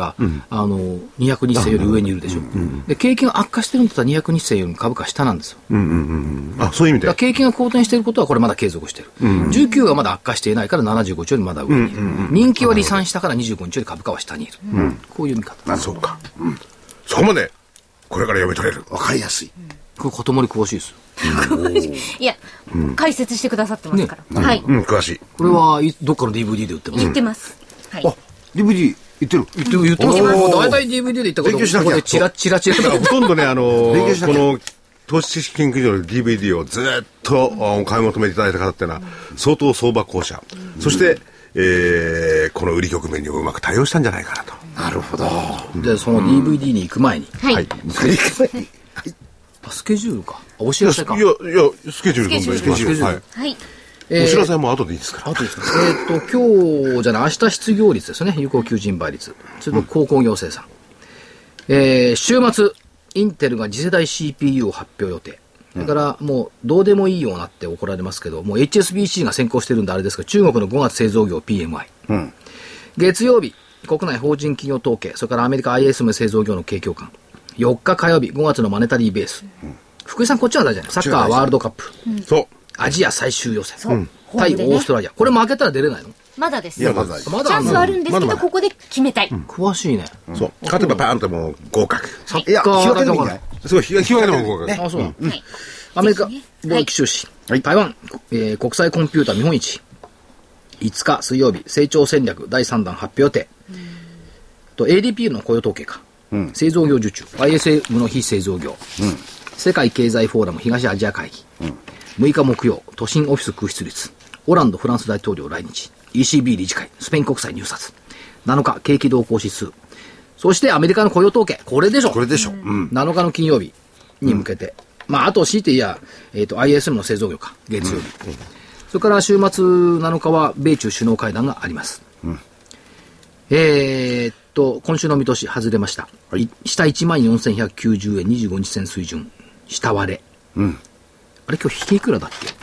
、200日線より上にいるでしょ。で、景気が悪化してるんだったら200日線より株価下なんですよ。 あ、そういう意味で。 だから景気が好転していることはこれまだ継続している。19がまだ悪化していないから75日よりまだ上にいる。人気は離散したから25日より株価は下にいる。こういう見方。 そうか。そこまでこれから読み取れる。 わかりやすい。 これ塊詳しいですよ。 いや、解説してくださってますから。はい。 詳しい。 これはどっかの DVD で売ってます。 言ってます。はい。 あ、DVD 言ってる。 言ってます。大体 DVD で言ったことをここでチラチラだからほとんどね、この投資知識研究所の DVD をずっと買い求めていただいた方っていうのは相当相場巧者、そして、この売り局面にうまく対応したんじゃないかなと。 なるほど。 で、その DVD に行く前に。 はい。 スケジュールか。お知らせか。 いや、スケジュールどんどん行きましょう。はい。お知らせはもう後でいいですから。 後ですか。今日じゃない、明日失業率ですね。有効求人倍率。それと鉱工業生産。週末、インテルが次世代 CPU を発表予定。だからもうどうでもいいようになって怒られますけど、もう HSBC が先行してるんであれですが、中国の5月製造業 PMI。月曜日、国内法人企業統計、それからアメリカ ISM 製造業の景況感。4日火曜日、5月のマネタリーベース。福井さん、こっちは大事じゃない。サッカーワールドカップ。 そう。 アジア最終予選。対オーストラリア。これ負けたら出れないの？ まだです。 いや、まだ。 チャンスはあるんですけど、ここで決めたい。 詳しいね。 そう。勝てばパーンともう合格。 サッカー引き分けでもいいんじゃない？ そう、引き分けでも合格。 あ、そうなの。アメリカ貿易収支。台湾、国際コンピューター見本市。5日水曜日、成長戦略第3弾発表予定。ADP の雇用統計か。製造業受注、ISM の非製造業、世界経済フォーラム東アジア会議、6日木曜、都心オフィス空室率、オランドフランス大統領来日、ECB 理事会、スペイン国債入札、7日景気動向指数、そしてアメリカの雇用統計、これでしょ。 これでしょ。 7日の金曜日に向けて、あと強いて言えば、ISM の製造業か、月曜日。それから週末7日は米中首脳会談があります。今週の見通し外れました。下14,190円25日線水準。下割れ。あれ今日引きいくらだっけ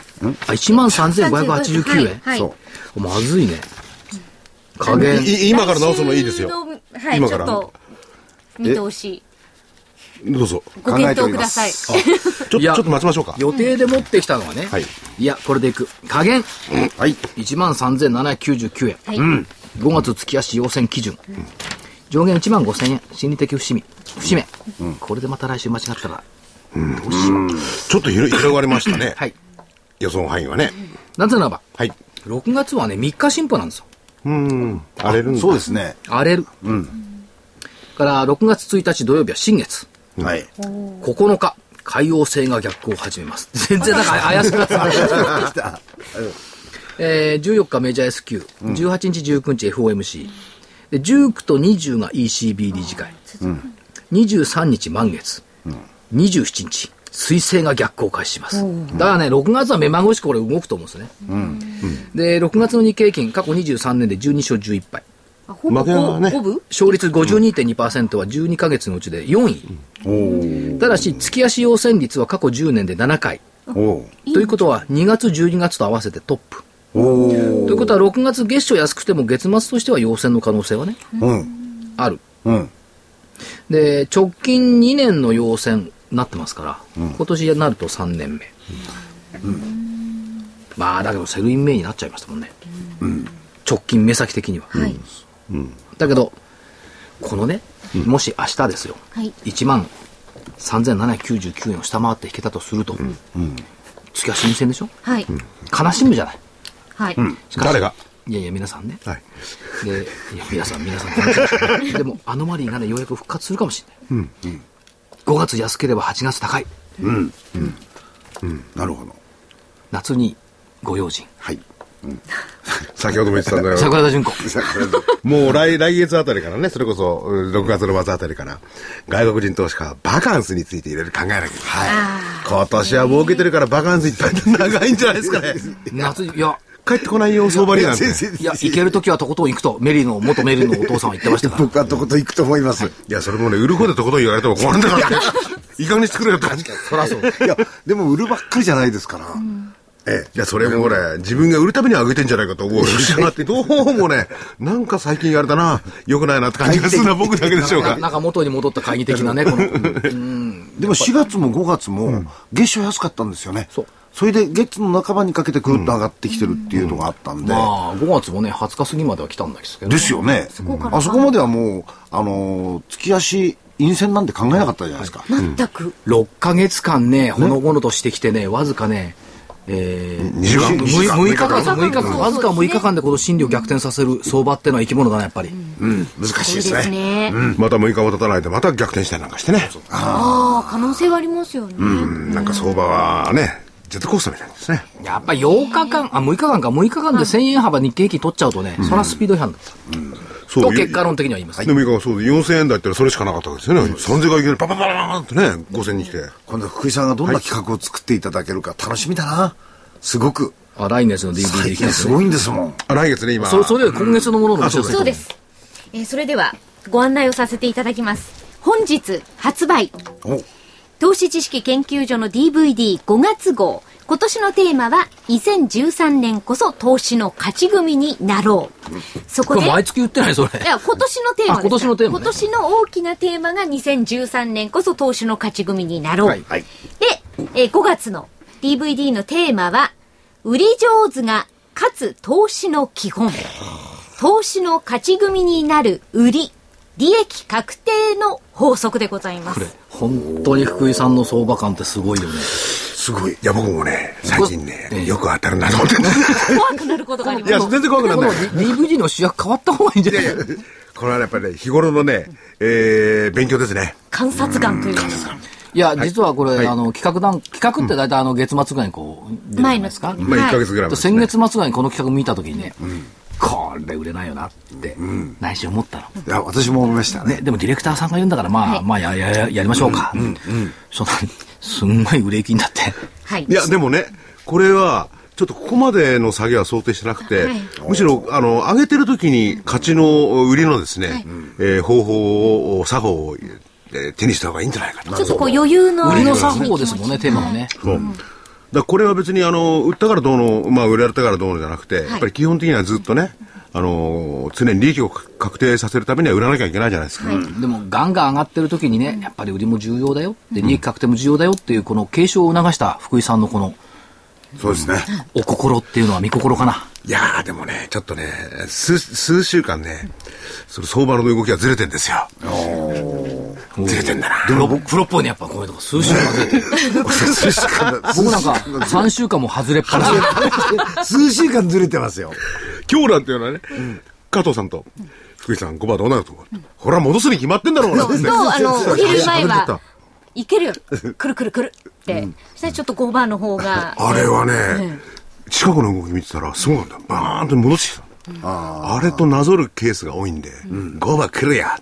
？13,589円。 はい。 まずいね。加減。 今から直すのいいですよ。 はい、今からちょっと見通し。 どうぞ。 ご検討ください。 ちょっと待ちましょうか。 予定で持ってきたのはね。いや、これでいく。加減。13,799円。5月月足要線基準。上限15,000円。心理的節目。これでまた来週間違ったら、どうしよう。 ちょっと広がりましたね。 はい。 予想範囲はね。 なぜならば、 はい。 6月はね、3日進歩なんですよ。 荒れるんだ。 そうですね。 荒れる。から6月1日土曜日は新月。 はい。 9日、海王星が逆行を始めます。全然なんか怪しくなってた。14日メジャー S q、18日19日 FOMC、で19と20が ECB 理事会、23日満月、27日水星が逆行開始します。だからね、6月は目まぐるしくこれ動くと思うんですね。で、6月の日経平均過去23年で12勝11敗。 負けがね、 勝率 52.2% は12ヶ月のうちで4位。ただし月足要線率は過去10年で7回。ということは2月12月と合わせてトップ。ということは6月月初安くても月末としては陽線の可能性はね、ある。で直近2年の陽線になってますから、今年になると3年目。まあだけどセルインメイになっちゃいましたもんね。直近目先的には。だけどこのね、もし明日ですよ、13,799円を下回って引けたとすると、月は新鮮でしょ。悲しむじゃない。 誰が？ いやいや皆さんね。で、いや皆さんでもアノマリーがねようやく復活するかもしれない。5月安ければ8月高い。 なるほど。 夏にご用心。 先ほども言ってたんだよ。 桜田淳子。 もう来月あたりからね、それこそ6月の末あたりから、外国人投資家はバカンスについていろいろ考えなきゃいけない。今年は儲けてるからバカンスいっぱい長いんじゃないですかね。 夏、いや、 帰ってこないよ、相場になんて。 いや、行けるときはとことん行くと、元メリーのお父さんは言ってましたから。 僕はとことん行くと思います。 いや、それもね、売る方でとことん言われても困るんだからね。いい加減にしてくれよって感じ。 そらそう。 いや、でも売るばっかりじゃないですから。 いや、それもこれ、自分が売るために上げてんじゃないかと思う。って、どうもね、なんか最近あれだな、良くないなって感じがするのは僕だけでしょうか。 なんか元に戻った懐疑的なね、この。 でも4月も5月も、月初安かったんですよね。それで月の半ばにかけてぐっと上がってきてるっていうのがあったんで。 まあ、5月もね、20日過ぎまでは来たんですけど。 ですよね。あそこまではもう、月足、陰線なんて考えなかったじゃないですか。 全く。 6ヶ月間ね、ほのぼのとしてきてね、わずかね、 6日間、わずか6日間でこの心理を逆転させる相場ってのは生き物だな、やっぱり。 難しいですね。 また6日も経たないで、また逆転したりなんかしてね。 可能性はありますよね。 なんか相場はね、ジェットコースターみたいですね。 やっぱ8日間、6日間で1000円幅日経平均取っちゃうとね、それはスピード違反だった。と結果論的には言います。 でもいかがそうで4000円台ってそれしかなかったわけですよね。3000がいきなりパパパパーンってね、5000に来て。 今度福井さんがどんな企画を作っていただけるか楽しみだな。すごく。 来月の DVD 企画。 すごいんですもん。 来月ね、今。 それより今月のもののそうです。それでは、ご案内をさせていただきます。本日発売。投資知識研究所の DVD5 月号。今年のテーマは2013年こそ投資の勝ち組になろう。そこでこれ毎月言ってないそれ。 いや今年のテーマです。 今年のテーマ、ね、 今年の大きなテーマが2013年こそ投資の勝ち組になろう。はいはい、で、5月の DVD のテーマは売り上手が勝つ投資の基本。投資の勝ち組になる売り利益確定の法則でございます。 これ本当に福井さんの相場感ってすごいよね。 すごい。いや、僕もね、最近ね、よく当たるなと思って。 怖くなることがあります。 いや、全然怖くならない。 DVD の主役変わった方がいいんじゃない？いやいや、 これはやっぱりね、日頃のね、勉強ですね。 観察眼という。 いや、実はこれ、企画って大体月末ぐらいにこう、出るじゃないですか。 まあ、1ヶ月ぐらい前。 先月末ぐらいにこの企画見たときにね、これ売れないよなって、内心思ったの。 いや、私も思いましたね。 でもディレクターさんが言うんだから、まあ、やりましょうか。すんごい売れ行きになって。 いや、でもね、これは、ちょっとここまでの下げは想定してなくて、むしろ、上げてる時に勝ちの売りのですね、方法を、作法を、手にした方がいいんじゃないかと。 ちょっとこう余裕の。 売りの作法ですもんね、テーマはね。 だこれは別に売ったからどうの、まあ売られたからどうのじゃなくて、やっぱり基本的にはずっとね、常に利益を確定させるためには売らなきゃいけないじゃないですか。 でもガンガン上がってる時にね、やっぱり売りも重要だよで、利益確定も重要だよっていうこの継承を促した福井さんのこのそうですね、 お心っていうのは見心かな。 いやーでもね、ちょっとね、数週間ね、その相場の動きがずれてんですよ。ずれてんだな。 プロっぽいね、やっぱこういうとこ数週間ずれてる。僕なんか3週間も外れっぱなし。数週間ずれてますよ。 今日なんていうのはね、加藤さんと福井さん5番どうなると思う、ほら戻すに決まってんだろうなって。 お昼前はいけるよ、くるくるくるって、そしたらちょっと5番の方があれはね、近くの動き見てたらすごいんだ、バーンと戻してきた。あれとなぞるケースが多いんで、5番来るやって、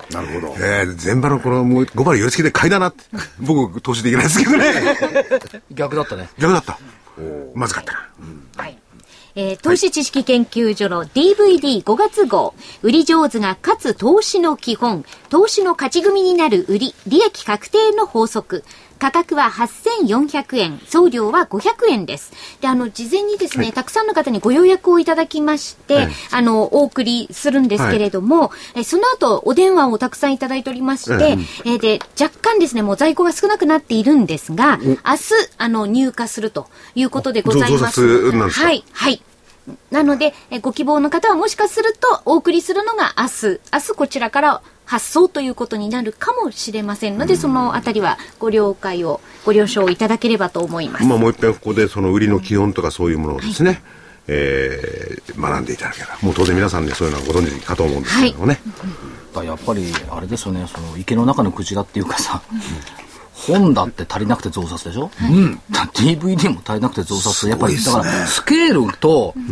なるほど。 全場のこの5番寄り付きで買いだなって僕投資できないですけどね。 逆だったね。 逆だった。まずかったな。 はい。投資知識研究所の DVD5 月号、売り上手が勝つ投資の基本、投資の勝ち組になる売り、利益確定の法則。価格は8400円、送料は500円です。で、事前にですね、たくさんの方にご予約をいただきまして、お送りするんですけれども、その後、お電話をたくさんいただいておりまして、で、若干ですね、もう在庫が少なくなっているんですが、明日、入荷するということでございます。はい、はい。なので、ご希望の方はもしかするとお送りするのが明日こちらから発送ということになるかもしれませんので、そのあたりはご了承いただければと思います。 まあもう一遍ここでその売りの基本とかそういうものをですね、学んでいただければ、もう当然皆さんねそういうのはご存知かと思うんですけどもね。 やっぱりあれですよね、その池の中のクジラっていうかさ、本だって足りなくて増刷でしょ、DVD も足りなくて増刷、やっぱりだからスケールと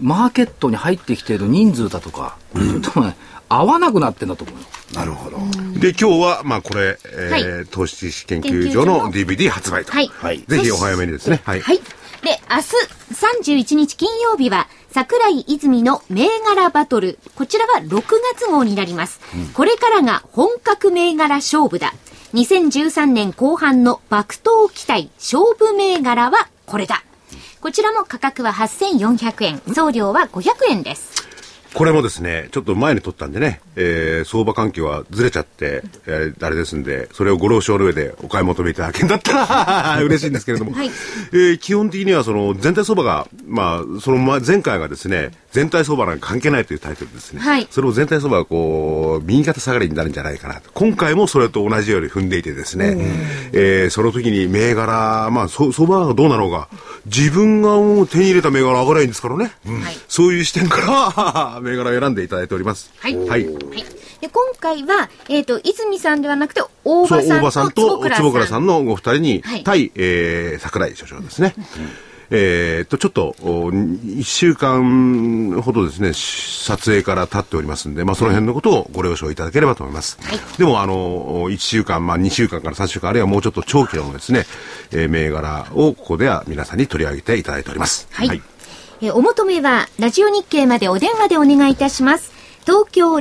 マーケットに入ってきている人数だとか、合わなくなってんだと思うよ。 なるほど。 で、今日は、まあこれ、投資知識研究所の DVD 発売と。 はい。 ぜひお早めにですね。はい。 で、明日31日金曜日は、桜井泉の銘柄バトル。こちらは6月号になります。これからが本格銘柄勝負だ。2013年後半の爆投期待勝負銘柄はこれだ。こちらも価格は8400円。送料は500円です。 これもですね、ちょっと前に取ったんでね、相場環境はずれちゃって、あれですんで、それをご了承の上でお買い求めいただけんだったら嬉しいんですけれども、基本的にはその全体相場が、まあ、その前回がですね、全体相場なんか関係ないというタイトルですね。それを全体相場がこう、右肩下がりになるんじゃないかなと。今回もそれと同じように踏んでいてですね、その時に銘柄、まあ、相場がどうなろうが、自分がもう手に入れた銘柄上がらないんですからね。そういう視点から、銘柄を選んでいただいております。 で今回は、泉さんではなくて、大場さんと坪倉さんのご二人に、対、櫻井所長ですね。ちょっと、1週間ほどですね、撮影から経っておりますんで、まあ、その辺のことをご了承いただければと思います。でも、1週間、まあ、2週間から3週間、あるいはもうちょっと長期のですね、銘柄をここでは皆さんに取り上げていただいております。 お求めは、ラジオ日経までお電話でお願いいたします。東京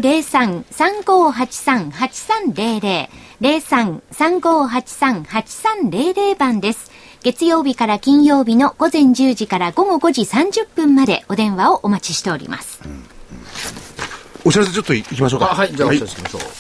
03-3583-8300 03-3583-8300 番です。月曜日から金曜日の午前10時から午後5時30分までお電話をお待ちしております。 お知らせちょっと行きましょうか。 はい、じゃあお知らせしましょう。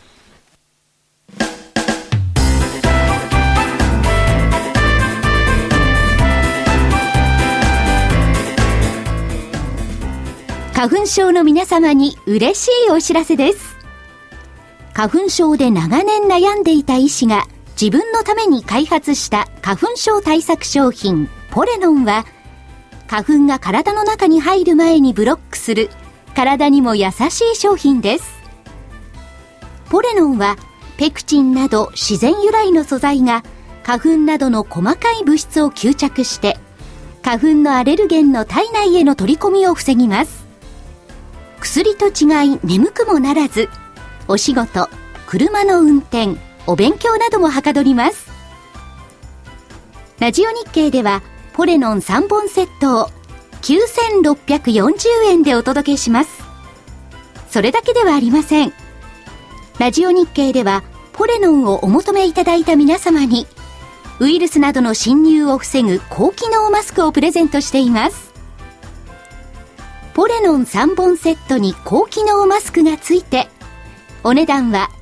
花粉症の皆様に嬉しいお知らせです。花粉症で長年悩んでいた医師が自分のために開発した花粉症対策商品ポレノンは、花粉が体の中に入る前にブロックする体にも優しい商品です。ポレノンはペクチンなど自然由来の素材が花粉などの細かい物質を吸着して花粉のアレルゲンの体内への取り込みを防ぎます。薬と違い眠くもならず、お仕事、車の運転、お勉強などもはかどります。ラジオ日経ではポレノン3本セットを9640円でお届けします。それだけではありません。ラジオ日経ではポレノンをお求めいただいた皆様にウイルスなどの侵入を防ぐ高機能マスクをプレゼントしています。ポレノン3本セットに高機能マスクがついて、お値段は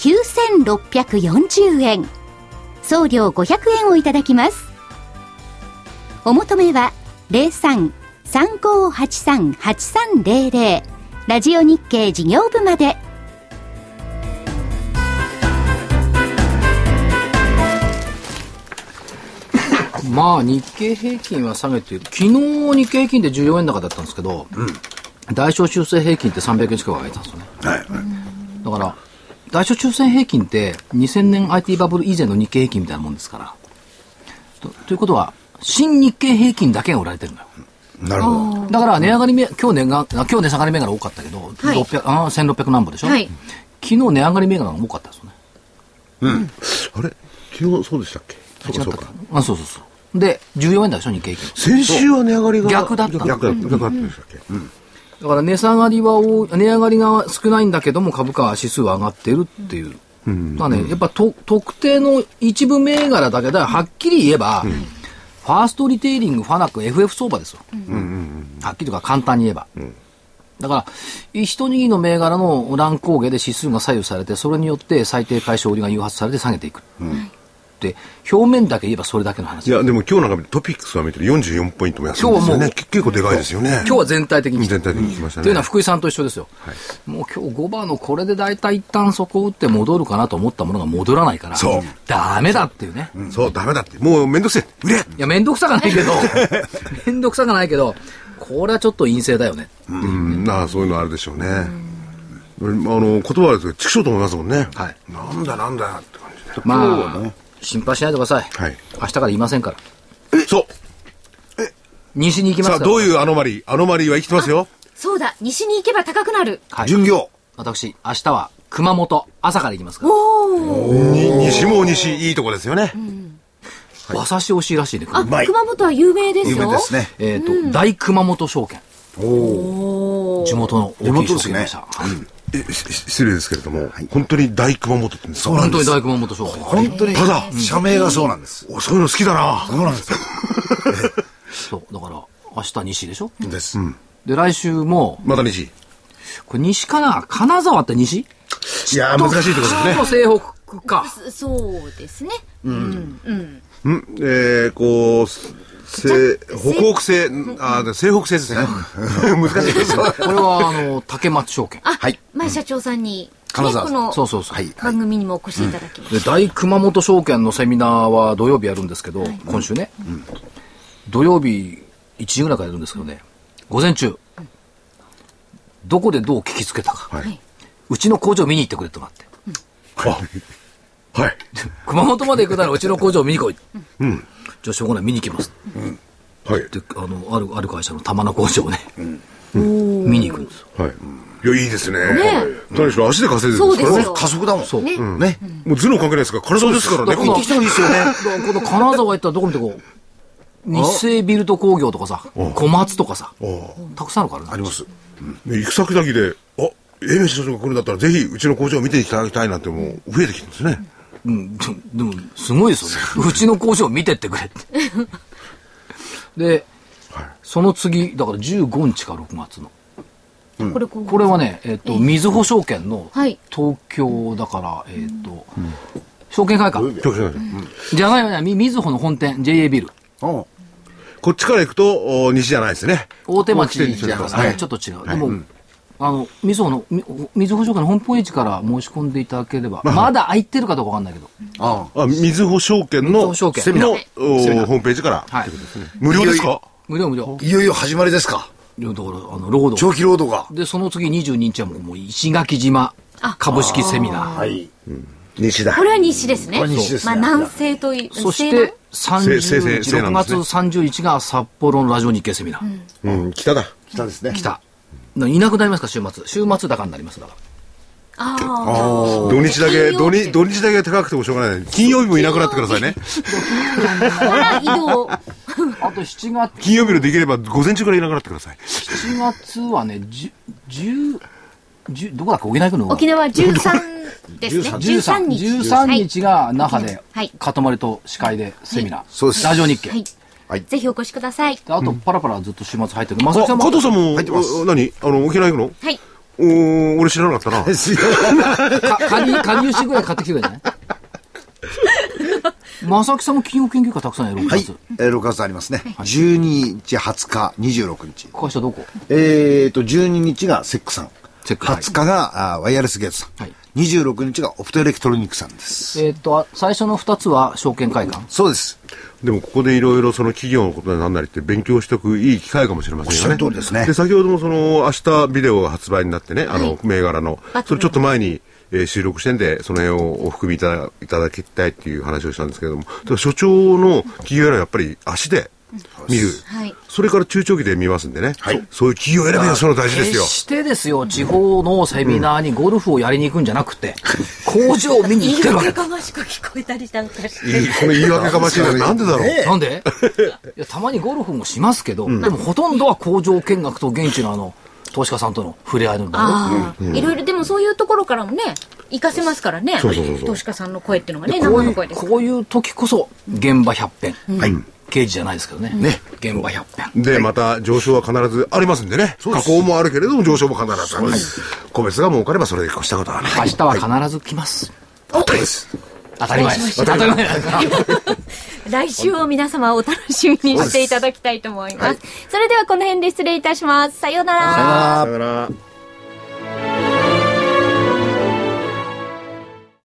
9640円。送料500円をいただきます。お求めは 03-3583-8300 ラジオ日経事業部まで。 まあ日経平均は下げている。昨日日経平均で14円高だったんですけど、大小修正平均って300円近く上げたんですよね。だから大小修正平均って2000年 IT バブル以前の日経平均みたいなもんですから。ということは新日経平均だけが売られてるのよ。 なるほど。 だから値上がり今日値下がり銘柄多かったけど、1600何本でしょ、昨日値上がり銘柄が多かったですよね。 あれ昨日そうでしたっけ？そうか。 そうそうそう。で、14円だでしょ、日経平均。 先週は値上がりが逆だった。 逆だったでしたっけ？ だから値上がりが少ないんだけども株価は指数は上がってるっていう。だからね、やっぱ特定の一部銘柄だけでははっきり言えば、ファーストリテイリング、ファナック、FF 相場ですよ。はっきりとか簡単に言えば。だから、一握りの銘柄の乱高下で指数が左右されて、それによって最低解消売りが誘発されて下げていく。で表面だけ言えばそれだけの話。 いやでも今日なんかトピックスは見てる44ポイントも安いんですよね。結構でかいですよね。 今日は全体的に来ましたね。 というのは福井さんと一緒ですよ。もう今日5番のこれで大体一旦そこを打って戻るかなと思ったものが戻らないから、ダメだっていうね。 そうダメだって。もうめんどくせえ。売れ。いやめんどくさがないけどめんどくさがないけどこれはちょっと陰性だよね。 そういうのあるでしょうね。言葉ですけど畜生と思いますもんね。なんだって感じで。 まあ心配しないでください。明日から言いませんから。 西に行きますよ。 さあ、どういうアノマリーは生きてますよ。 そうだ、西に行けば高くなる。 はい。 巡業。 私、明日は熊本、朝から行きますから。 西も西、いいとこですよね。 馬刺し美味しいらしいね。 あ、熊本は有名ですよ。 有名ですね。 大熊本証券。 おー。 地元の大きい証券でした。 失礼ですけれども、本当に大熊本って言うんですか？ 本当に大熊本証券。 本当に、ただ、社名がそうなんです。 そういうの好きだな。 そうなんですよ。 そう、だから、明日西でしょ？ です。 で、来週も、 また西。 これ西かな？金沢って西？ いやー、難しいところですね。 の西北か。 そうですね。 こう、北北西、西北西ですね。難しいですよ。 これは、竹松証券。 あ、前社長さんに、 金沢このそう。 番組にもお越しいただきました。 で、大熊本証券のセミナーは土曜日やるんですけど、今週ね。土曜日1時ぐらいからやるんですけどね、午前中、どこでどう聞きつけたか。うちの工場見に行ってくれとなって。 はい。 熊本まで行くならうちの工場見に来い。じゃあしょうがない、見に行きます。 はい。 で、ある会社の玉名工場をね、見に行くんですよ。 はい。いや、いいですね。何しろ足で稼いでるんですからね。 加速だもん。 そう。 ね。 もう頭脳関係ないですから、体ですからね。 行ってきた方がいいですよね。 この金沢行ったらどこ見てこう、日清ビルト工業とかさ、小松とかさ、たくさんあるからね。 あります。 行く先々で、英明社長が来るんだったら、ぜひうちの工場を見ていただきたいなんてもう増えてきてるんですね。 でも、すごいですよね。うちの工場を見てってくれって。で、その次、だから15日か6月の。これはね、みずほ証券の東京だから、証券会館。じゃないよね、みずほの本店、JA ビル。 こっちから行くと、西じゃないですね。 大手町じゃない、ちょっと違う。でも、みずほ証券のホームページから申し込んでいただければ、まだ空いてるかどうかわかんないけど。 みずほ証券のセミナーホームページから。無料ですか？ 無料。 いよいよ始まりですか？ だから、ロード。 長期ロードが。 で、その次22日はもう石垣島株式セミナー。 はい。西だ。 これは西ですね。まあ、南西という。 そして30日、6月30日が札幌のラジオ日経セミナー。 北だ。 北ですね。 北。いなくなりますか、週末。週末高になりますだから。 土日だけ高くてもしょうがない。金曜日もいなくなってくださいね。 移動。 あと7月。 金曜日のできれば午前中からいなくなってください。 7月はね、どこだっけ、沖縄行くの？ 沖縄13ですね。13 日が那覇で、塊と司会でセミナー。 そうです。 ラジオ日経。 ぜひお越しください。 あと、パラパラずっと週末入ってる。 加藤さんも、何沖縄行くの？ はい。 俺知らなかったな。 加入しぐらい買ってきてくれない？正木さんも企業研究会たくさんやる。 はい。6月ありますね。12日、20日、26日。 会社どこ ？12日がセックさん。20日がワイヤレスゲートさん。26日がオプトエレクトロニックさんです。 最初の2つは証券会館。 そうです。 でもここでいろいろその企業のことになんなりって勉強しておくいい機会かもしれませんよね。 おっしゃる通りですね。 で、先ほどもその明日ビデオが発売になってね、銘柄の、それちょっと前に収録してんで、その辺をお含みいただきたいっていう話をしたんですけれども、所長の企業選びはやっぱり足で見る。それから中長期で見ますんでね。そういう企業選びがその大事ですよ。 決してですよ、地方のセミナーにゴルフをやりに行くんじゃなくて、工場を見に行ってるわけ。 言い訳がましく聞こえたりなんかして。 この言い訳がましいのはなんでだろう。 なんで？いや、たまにゴルフもしますけど、でもほとんどは工場見学と現地の投資家さんとの触れ合いの場で。いろいろでもそういうところからもね、活かせますからね。投資家さんの声っていうのがね、生の声です。 こういう時こそ現場百遍。刑事じゃないですけどね。現場百遍。 で、また上昇は必ずありますんでね。下降もあるけれども上昇も必ずある。個別が儲かればそれで越したことはない。 明日は必ず来ます。 当たりです。 当たり前です。当たり前です。 来週を皆様お楽しみにしていただきたいと思います。それではこの辺で失礼いたします。さようなら。 さようなら。